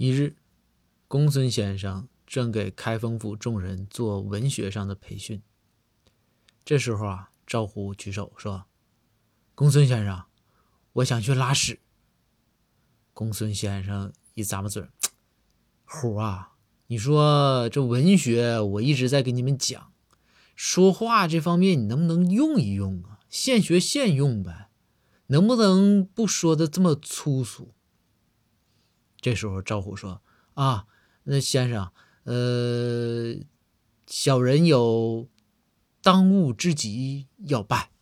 一日，公孙先生正给开封府众人做文学上的培训。这时候啊，赵虎举手说：“公孙先生，我想去拉屎。”公孙先生一咂巴嘴：“虎啊，你说这文学我一直在跟你们讲，说话这方面你能不能用一用啊？现学现用呗，能不能不说的这么粗俗？”这时候赵虎说：“啊，那先生，小人有当务之急要办。”